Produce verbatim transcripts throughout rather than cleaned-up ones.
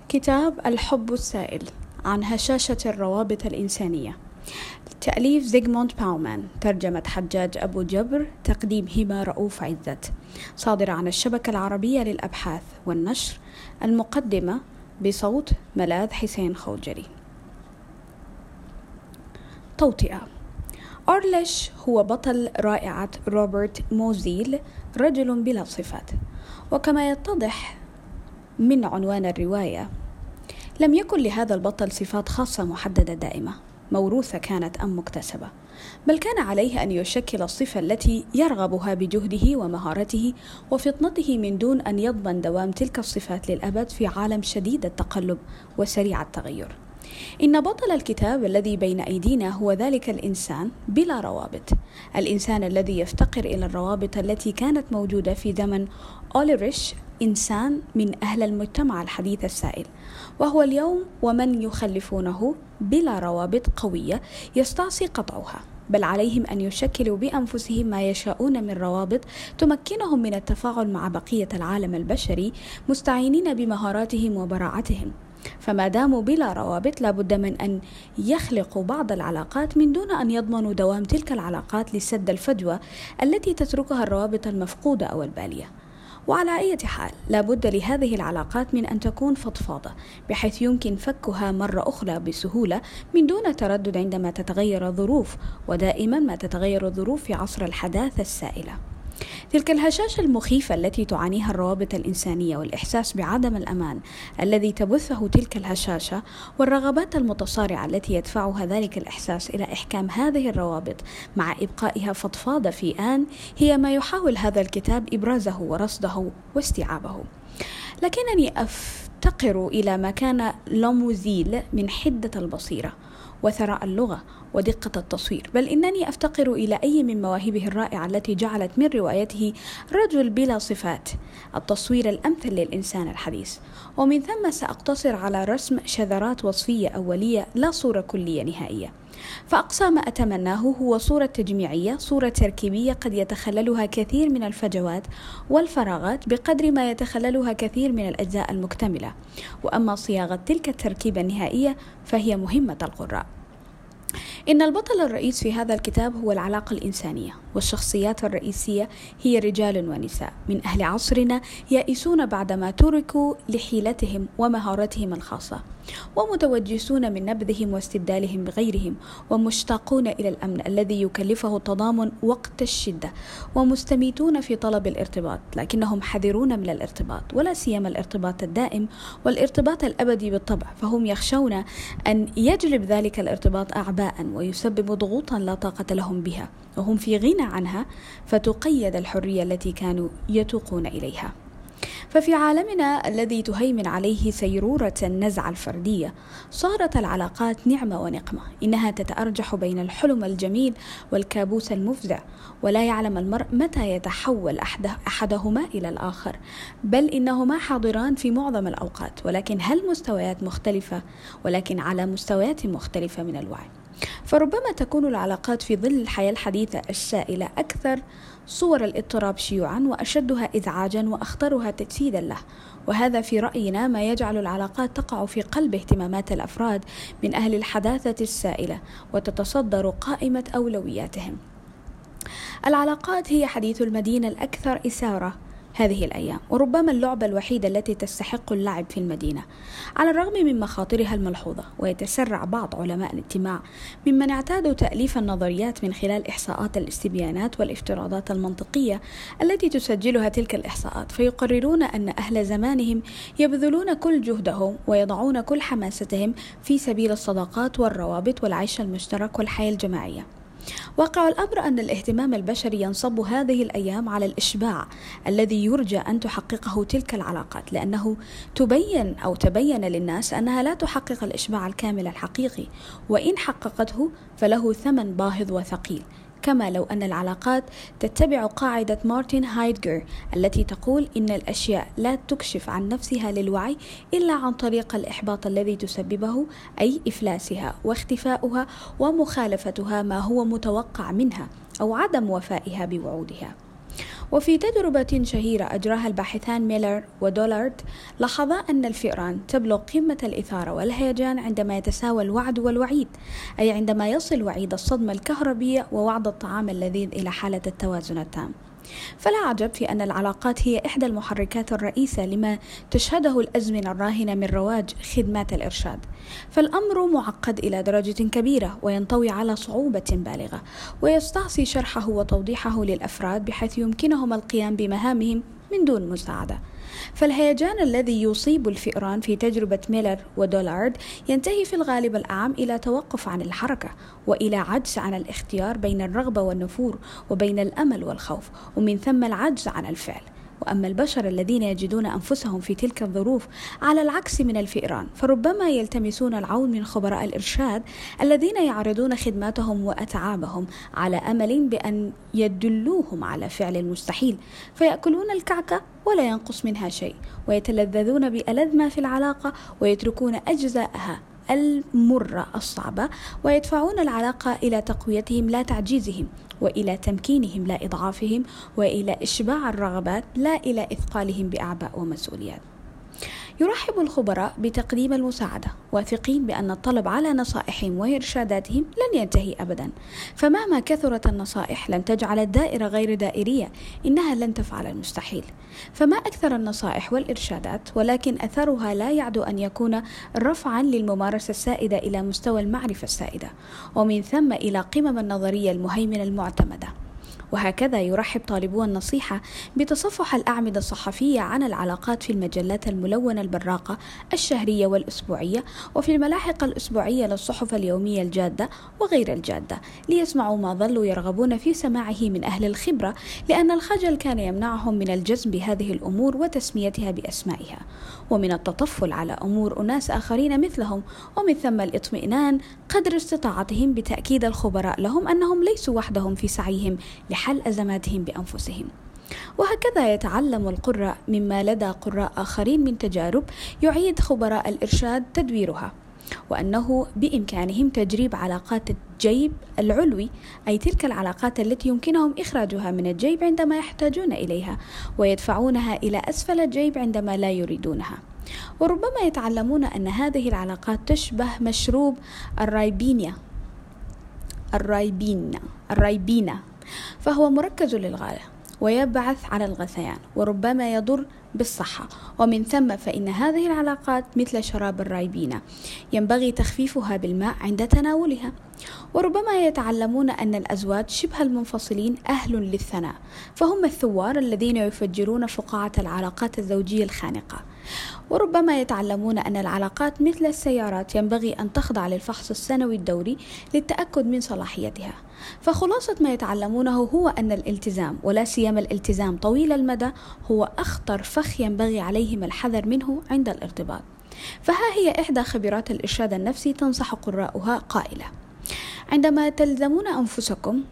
كتاب الحب السائل عن هشاشة الروابط الإنسانية، تأليف زيغموند باومان، ترجمة حجاج أبو جبر، تقديم هبة رؤوف عزت، صادرة عن الشبكة العربية للأبحاث والنشر. المقدمة بصوت ملاذ حسين خوجري. توطئة. أورليش هو بطل رائعة روبرت موزيل، رجل بلا صفات، وكما يتضح من عنوان الرواية لم يكن لهذا البطل صفات خاصة محددة دائمة موروثة كانت أم مكتسبة، بل كان عليه أن يشكل الصفة التي يرغبها بجهده ومهارته وفطنته من دون أن يضمن دوام تلك الصفات للأبد في عالم شديد التقلب وسريع التغير. إن بطل الكتاب الذي بين أيدينا هو ذلك الإنسان بلا روابط، الإنسان الذي يفتقر إلى الروابط التي كانت موجودة في زمن أوليريش، إنسان من أهل المجتمع الحديث السائل، وهو اليوم ومن يخلفونه بلا روابط قوية يستعصي قطعها، بل عليهم أن يشكلوا بأنفسهم ما يشاءون من روابط تمكنهم من التفاعل مع بقية العالم البشري مستعينين بمهاراتهم وبراعتهم. فما داموا بلا روابط لابد من أن يخلقوا بعض العلاقات من دون أن يضمنوا دوام تلك العلاقات لسد الفجوة التي تتركها الروابط المفقودة أو البالية. وعلى أي حال لابد لهذه العلاقات من أن تكون فضفاضة بحيث يمكن فكها مرة أخرى بسهولة من دون تردد عندما تتغير الظروف، ودائما ما تتغير الظروف في عصر الحداثة السائلة. تلك الهشاشة المخيفة التي تعانيها الروابط الإنسانية والإحساس بعدم الأمان الذي تبثه تلك الهشاشة والرغبات المتصارعة التي يدفعها ذلك الإحساس إلى إحكام هذه الروابط مع إبقائها فضفاضة في آن هي ما يحاول هذا الكتاب إبرازه ورصده واستيعابه. لكنني أفتقر إلى ما كان لوموزيل من حدة البصيرة وثراء اللغة ودقة التصوير، بل إنني أفتقر إلى أي من مواهبه الرائعة التي جعلت من روايته رجل بلا صفات التصوير الأمثل للإنسان الحديث. ومن ثم سأقتصر على رسم شذرات وصفية أولية لا صورة كلية نهائية، فأقصى ما أتمناه هو صورة تجميعية، صورة تركيبية قد يتخللها كثير من الفجوات والفراغات بقدر ما يتخللها كثير من الأجزاء المكتملة. وأما صياغة تلك التركيبة النهائية فهي مهمة القراء. إن البطل الرئيس في هذا الكتاب هو العلاقة الإنسانية، والشخصيات الرئيسية هي رجال ونساء من أهل عصرنا يائسون بعدما تركوا لحيلتهم ومهارتهم الخاصة، ومتوجسون من نبذهم واستبدالهم بغيرهم، ومشتاقون إلى الأمن الذي يكلفه التضامن وقت الشدة، ومستميتون في طلب الارتباط، لكنهم حذرون من الارتباط، ولا سيما الارتباط الدائم والارتباط الأبدي بالطبع، فهم يخشون أن يجلب ذلك الارتباط أعباء ويسبب ضغوطا لا طاقة لهم بها، وهم في غنى عنها، فتقيد الحرية التي كانوا يتوقون إليها. ففي عالمنا الذي تهيمن عليه سيرورة النزعة الفردية صارت العلاقات نعمة ونقمة، إنها تتأرجح بين الحلم الجميل والكابوس المفزع، ولا يعلم المرء متى يتحول أحدهما إلى الآخر، بل إنهما حاضران في معظم الأوقات، ولكن هل مستويات مختلفة، ولكن على مستويات مختلفة من الوعي. فربما تكون العلاقات في ظل الحياة الحديثة السائلة أكثر صور الاضطراب شيوعا وأشدها إزعاجا وأخطرها تجسيدا له، وهذا في رأينا ما يجعل العلاقات تقع في قلب اهتمامات الأفراد من أهل الحداثة السائلة وتتصدر قائمة أولوياتهم. العلاقات هي حديث المدينة الأكثر إثارة هذه الأيام، وربما اللعبة الوحيدة التي تستحق اللعب في المدينة، على الرغم من مخاطرها الملحوظة. ويتسرع بعض علماء الاجتماع ممن اعتادوا تأليف النظريات من خلال إحصاءات الاستبيانات والافتراضات المنطقية التي تسجلها تلك الإحصاءات، فيقررون أن أهل زمانهم يبذلون كل جهدهم ويضعون كل حماستهم في سبيل الصداقات والروابط والعيش المشترك والحياة الجماعية. واقع الأمر أن الاهتمام البشري ينصب هذه الأيام على الإشباع الذي يرجى أن تحققه تلك العلاقات، لأنه تبين أو تبين للناس أنها لا تحقق الإشباع الكامل الحقيقي، وإن حققته فله ثمن باهظ وثقيل، كما لو أن العلاقات تتبع قاعدة مارتن هايدغر التي تقول إن الأشياء لا تكشف عن نفسها للوعي إلا عن طريق الإحباط الذي تسببه، أي إفلاسها واختفاؤها ومخالفتها ما هو متوقع منها أو عدم وفائها بوعودها. وفي تجربة شهيرة أجراها الباحثان ميلر ودولارد، لاحظا أن الفئران تبلغ قمة الإثارة والهيجان عندما يتساوى الوعد والوعيد، أي عندما يصل وعيد الصدمة الكهربية ووعد الطعام اللذيذ إلى حالة التوازن التام. فلا عجب في أن العلاقات هي إحدى المحركات الرئيسة لما تشهده الأزمنة الراهنة من رواج خدمات الإرشاد. فالأمر معقد إلى درجة كبيرة وينطوي على صعوبة بالغة، ويستعصي شرحه وتوضيحه للأفراد بحيث يمكنهم القيام بمهامهم من دون مساعدة. فالهيجان الذي يصيب الفئران في تجربة ميلر ودولارد ينتهي في الغالب الأعم إلى توقف عن الحركة، وإلى عجز عن الاختيار بين الرغبة والنفور، وبين الأمل والخوف، ومن ثم العجز عن الفعل. وأما البشر الذين يجدون أنفسهم في تلك الظروف على العكس من الفئران، فربما يلتمسون العون من خبراء الإرشاد الذين يعرضون خدماتهم وأتعابهم على أمل بأن يدلوهم على فعل المستحيل، فيأكلون الكعكة ولا ينقص منها شيء، ويتلذذون بألذ ما في العلاقة ويتركون أجزاءها المرة الصعبة، ويدفعون العلاقة إلى تقويتهم لا تعجيزهم، وإلى تمكينهم لا إضعافهم، وإلى إشباع الرغبات لا إلى إثقالهم بأعباء ومسؤوليات. يرحب الخبراء بتقديم المساعدة، واثقين بأن الطلب على نصائحهم وإرشاداتهم لن ينتهي أبدا، فمهما كثرت النصائح لن تجعل الدائرة غير دائرية، إنها لن تفعل المستحيل. فما أكثر النصائح والإرشادات، ولكن أثرها لا يعدو أن يكون رفعا للممارسة السائدة إلى مستوى المعرفة السائدة، ومن ثم إلى قمم النظرية المهيمنة المعتمدة. وهكذا يرحب طالبو النصيحة بتصفح الأعمدة الصحفية عن العلاقات في المجلات الملونة البراقة الشهرية والأسبوعية، وفي الملاحق الأسبوعية للصحف اليومية الجادة وغير الجادة، ليسمعوا ما ظلوا يرغبون في سماعه من أهل الخبرة، لأن الخجل كان يمنعهم من الجزم بهذه الأمور وتسميتها بأسمائها، ومن التطفل على أمور أناس آخرين مثلهم، ومن ثم الاطمئنان قدر استطاعتهم بتأكيد الخبراء لهم أنهم ليسوا وحدهم في سعيهم لحل أزماتهم بأنفسهم. وهكذا يتعلم القراء مما لدى قراء آخرين من تجارب يعيد خبراء الإرشاد تدويرها، وأنه بإمكانهم تجريب علاقات الجيب العلوي، أي تلك العلاقات التي يمكنهم إخراجها من الجيب عندما يحتاجون إليها، ويدفعونها إلى أسفل الجيب عندما لا يريدونها. وربما يتعلمون أن هذه العلاقات تشبه مشروب الرايبينيا الرايبينا الرايبينا فهو مركز للغاية ويبعث على الغثيان، وربما يضر بالصحة. ومن ثم فإن هذه العلاقات مثل شراب الرايبينا ينبغي تخفيفها بالماء عند تناولها. وربما يتعلمون أن الأزواج شبه المنفصلين أهل للثناء، فهم الثوار الذين يفجرون فقاعة العلاقات الزوجية الخانقة. وربما يتعلمون أن العلاقات مثل السيارات ينبغي أن تخضع للفحص السنوي الدوري للتأكد من صلاحيتها. فخلاصة ما يتعلمونه هو أن الالتزام، ولا سيما الالتزام طويل المدى، هو أخطر فخ ينبغي عليهم الحذر منه عند الارتباط. فها هي إحدى خبرات الإرشاد النفسي تنصح قراءها قائلة: عندما تلزمون أنفسكم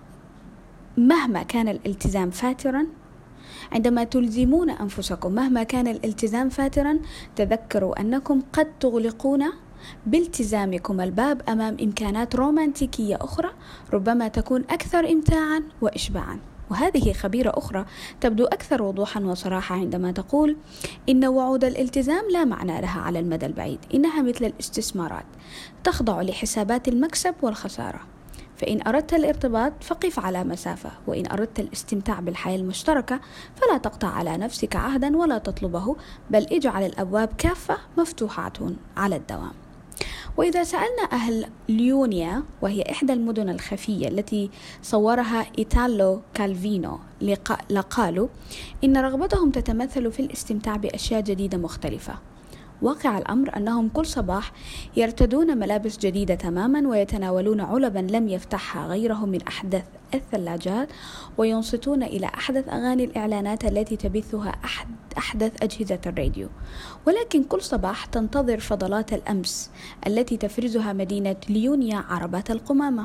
مهما كان الالتزام فاترا عندما تلزمون أنفسكم مهما كان الالتزام فاترا تذكروا أنكم قد تغلقون بالتزامكم الباب أمام إمكانات رومانتيكية أخرى ربما تكون أكثر إمتاعا وإشباعا. وهذه خبيرة أخرى تبدو أكثر وضوحا وصراحة عندما تقول إن وعود الالتزام لا معنى لها على المدى البعيد، إنها مثل الاستثمارات تخضع لحسابات المكسب والخسارة. فإن أردت الارتباط فقف على مسافة، وإن أردت الاستمتاع بالحياة المشتركة فلا تقطع على نفسك عهدا ولا تطلبه، بل اجعل الأبواب كافة مفتوحات على الدوام. وإذا سألنا أهل ليونيا، وهي إحدى المدن الخفية التي صورها إيتالو كالفينو، لقالوا إن رغبتهم تتمثل في الاستمتاع بأشياء جديدة مختلفة. واقع الأمر أنهم كل صباح يرتدون ملابس جديدة تماما، ويتناولون علبا لم يفتحها غيرهم من أحدث الثلاجات، وينصتون إلى أحدث أغاني الإعلانات التي تبثها أحد أحدث أجهزة الراديو. ولكن كل صباح تنتظر فضلات الأمس التي تفرزها مدينة ليونيا عربات القمامة.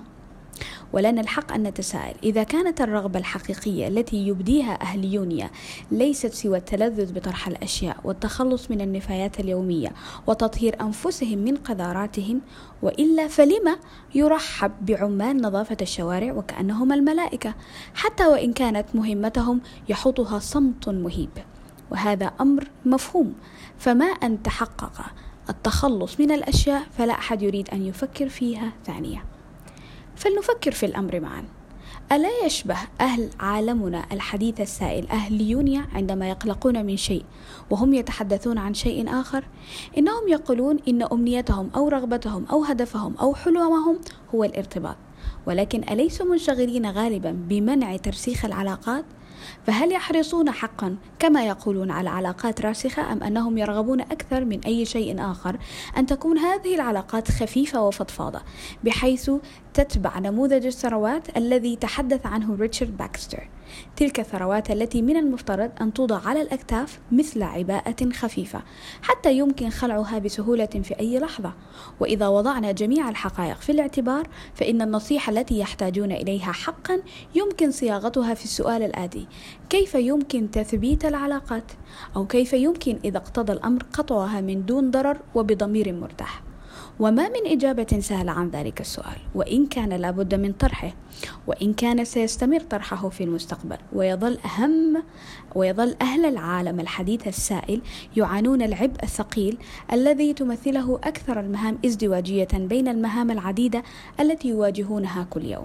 ولنا الحق أن نتساءل: إذا كانت الرغبة الحقيقية التي يبديها أهل يونيا ليست سوى التلذذ بطرح الأشياء والتخلص من النفايات اليومية وتطهير أنفسهم من قذاراتهم، وإلا فلما يرحب بعمال نظافة الشوارع وكأنهم الملائكة، حتى وإن كانت مهمتهم يحوطها صمت مهيب؟ وهذا أمر مفهوم، فما أن تحقق التخلص من الأشياء فلا أحد يريد أن يفكر فيها ثانية. فلنفكر في الأمر معا. ألا يشبه أهل عالمنا الحديث السائل أهل يونيا عندما يقلقون من شيء وهم يتحدثون عن شيء آخر؟ إنهم يقولون إن أمنيتهم أو رغبتهم أو هدفهم أو حلمهم هو الارتباط، ولكن أليسوا منشغلين غالبا بمنع ترسيخ العلاقات؟ فهل يحرصون حقا كما يقولون على علاقات راسخة، أم أنهم يرغبون أكثر من أي شيء آخر أن تكون هذه العلاقات خفيفة وفضفاضة بحيث تتبع نموذج الثروات الذي تحدث عنه ريتشارد باكستر؟ تلك الثروات التي من المفترض أن توضع على الأكتاف مثل عباءة خفيفة حتى يمكن خلعها بسهولة في أي لحظة. وإذا وضعنا جميع الحقائق في الاعتبار، فإن النصيحة التي يحتاجون إليها حقا يمكن صياغتها في السؤال الآتي: كيف يمكن تثبيت العلاقات؟ أو كيف يمكن إذا اقتضى الأمر قطعها من دون ضرر وبضمير مرتاح؟ وما من إجابة سهلة عن ذلك السؤال، وإن كان لابد من طرحه، وإن كان سيستمر طرحه في المستقبل، ويظل أهم ويظل أهل العالم الحديث السائل يعانون العبء الثقيل الذي تمثله أكثر المهام ازدواجية بين المهام العديدة التي يواجهونها كل يوم.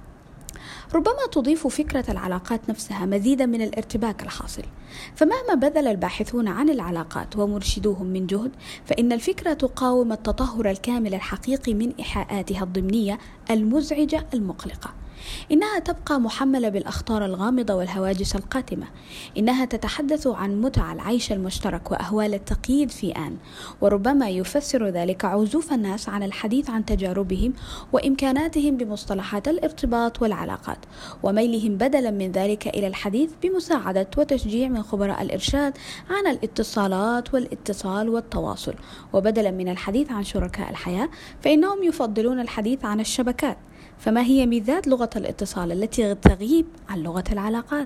ربما تضيف فكرة العلاقات نفسها مزيدا من الارتباك الحاصل، فمهما بذل الباحثون عن العلاقات ومرشدوهم من جهد، فإن الفكرة تقاوم التطهر الكامل الحقيقي من إيحاءاتها الضمنية المزعجة المقلقة. إنها تبقى محملة بالأخطار الغامضة والهواجس القاتمة. إنها تتحدث عن متع العيش المشترك وأهوال التقييد في آن، وربما يفسر ذلك عزوف الناس عن الحديث عن تجاربهم وإمكاناتهم بمصطلحات الارتباط والعلاقات، وميلهم بدلا من ذلك إلى الحديث بمساعدة وتشجيع من خبراء الإرشاد عن الاتصالات والاتصال والتواصل، وبدلا من الحديث عن شركاء الحياة فإنهم يفضلون الحديث عن الشبكات. فما هي ميزات لغة الاتصال التي تغيب عن لغة العلاقات؟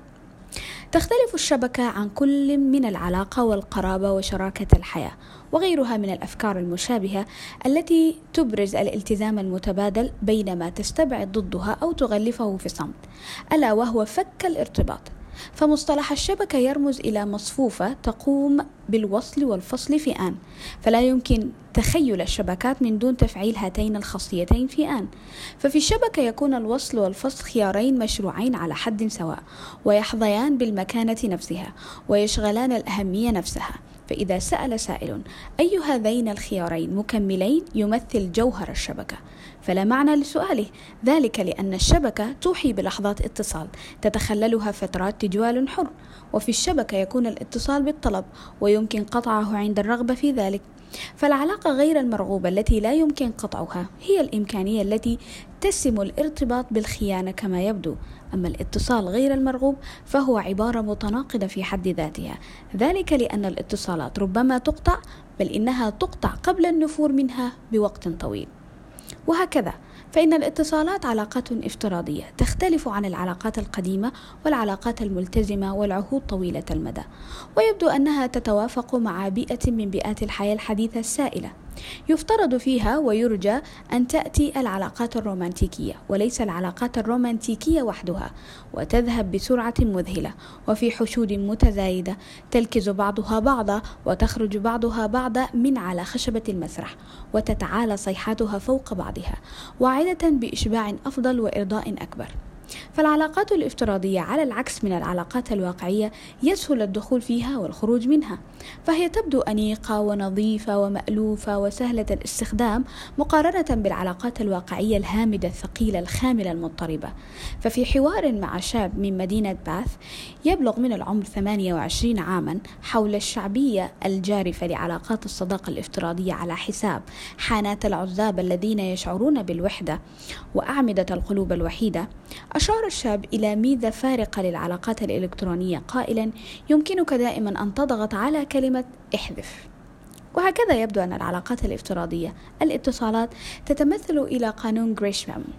تختلف الشبكة عن كل من العلاقة والقرابة وشراكة الحياة وغيرها من الأفكار المشابهة التي تبرز الالتزام المتبادل، بينما تستبعد ضدها أو تغلفه في صمت، ألا وهو فك الارتباط. فمصطلح الشبكة يرمز إلى مصفوفة تقوم بالوصل والفصل في آن، فلا يمكن تخيل الشبكات من دون تفعيل هاتين الخاصيتين في آن. ففي الشبكة يكون الوصل والفصل خيارين مشروعين على حد سواء، ويحظيان بالمكانة نفسها ويشغلان الأهمية نفسها. فإذا سأل سائل أي هذين الخيارين مكملين يمثل جوهر الشبكة، فلا معنى لسؤاله، ذلك لأن الشبكة توحي بلحظات اتصال تتخللها فترات تجوال حر، وفي الشبكة يكون الاتصال بالطلب ويمكن قطعه عند الرغبة في ذلك. فالعلاقة غير المرغوبة التي لا يمكن قطعها هي الإمكانية التي تسم الارتباط بالخيانة كما يبدو، أما الاتصال غير المرغوب فهو عبارة متناقضة في حد ذاتها، ذلك لأن الاتصالات ربما تقطع، بل إنها تقطع قبل النفور منها بوقت طويل. وهكذا فإن الاتصالات علاقات افتراضية تختلف عن العلاقات القديمة والعلاقات الملتزمة والعهود طويلة المدى، ويبدو أنها تتوافق مع بيئة من بيئات الحياة الحديثة السائلة يفترض فيها ويرجى أن تأتي العلاقات الرومانتيكية وليس العلاقات الرومانتيكية وحدها، وتذهب بسرعة مذهلة وفي حشود متزايدة تلكز بعضها بعضا وتخرج بعضها بعضا من على خشبة المسرح، وتتعالى صيحاتها فوق بعضها واعدة بإشباع أفضل وإرضاء أكبر. فالعلاقات الافتراضية على العكس من العلاقات الواقعية يسهل الدخول فيها والخروج منها، فهي تبدو أنيقة ونظيفة ومألوفة وسهلة الاستخدام مقارنة بالعلاقات الواقعية الهامدة الثقيلة الخاملة المضطربة. ففي حوار مع شاب من مدينة باث يبلغ من العمر ثمانية وعشرين عاما حول الشعبية الجارفة لعلاقات الصداقة الافتراضية على حساب حانات العزاب الذين يشعرون بالوحدة وأعمدة القلوب الوحيدة، أشار الشاب إلى ميزة فارقة للعلاقات الإلكترونية قائلا: يمكنك دائما أن تضغط على كلمة احذف. وهكذا يبدو أن العلاقات الافتراضية الاتصالات تتمثل إلى قانون غريشام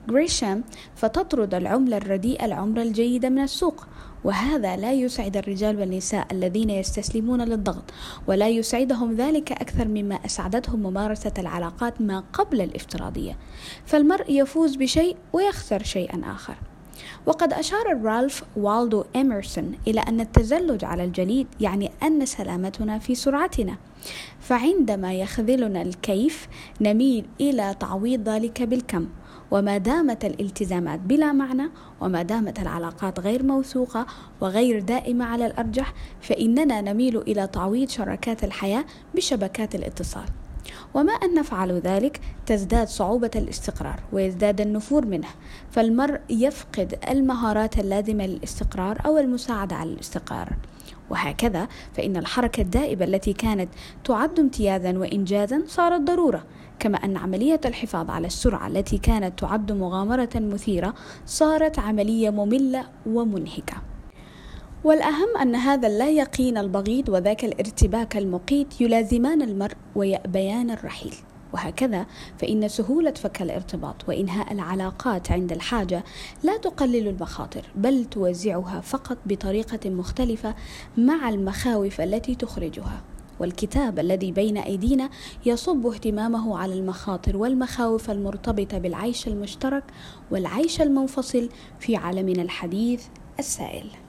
غريشام فتطرد العملة الرديئة العملة الجيدة من السوق، وهذا لا يسعد الرجال والنساء الذين يستسلمون للضغط، ولا يسعدهم ذلك أكثر مما أسعدتهم ممارسة العلاقات ما قبل الافتراضية، فالمرء يفوز بشيء ويخسر شيئا آخر. وقد أشار رالف والدو إميرسون إلى أن التزلج على الجليد يعني أن سلامتنا في سرعتنا، فعندما يخذلنا الكيف نميل إلى تعويض ذلك بالكم، وما دامت الالتزامات بلا معنى، وما دامت العلاقات غير موثوقة وغير دائمة على الأرجح، فإننا نميل إلى تعويض شراكات الحياة بشبكات الاتصال. وما أن نفعل ذلك تزداد صعوبة الاستقرار ويزداد النفور منه، فالمرء يفقد المهارات اللازمة للاستقرار أو المساعدة على الاستقرار. وهكذا فإن الحركة الدائبة التي كانت تعد امتيازا وإنجازا صارت ضرورة، كما أن عملية الحفاظ على السرعة التي كانت تعد مغامرة مثيرة صارت عملية مملة ومنهكة. والأهم أن هذا اللا يقين البغيض وذاك الارتباك المقيت يلازمان المرء ويأبيان الرحيل. وهكذا فإن سهولة فك الارتباط وإنهاء العلاقات عند الحاجة لا تقلل المخاطر، بل توزعها فقط بطريقة مختلفة مع المخاوف التي تخرجها. والكتاب الذي بين أيدينا يصب اهتمامه على المخاطر والمخاوف المرتبطة بالعيش المشترك والعيش المنفصل في عالمنا الحديث السائل.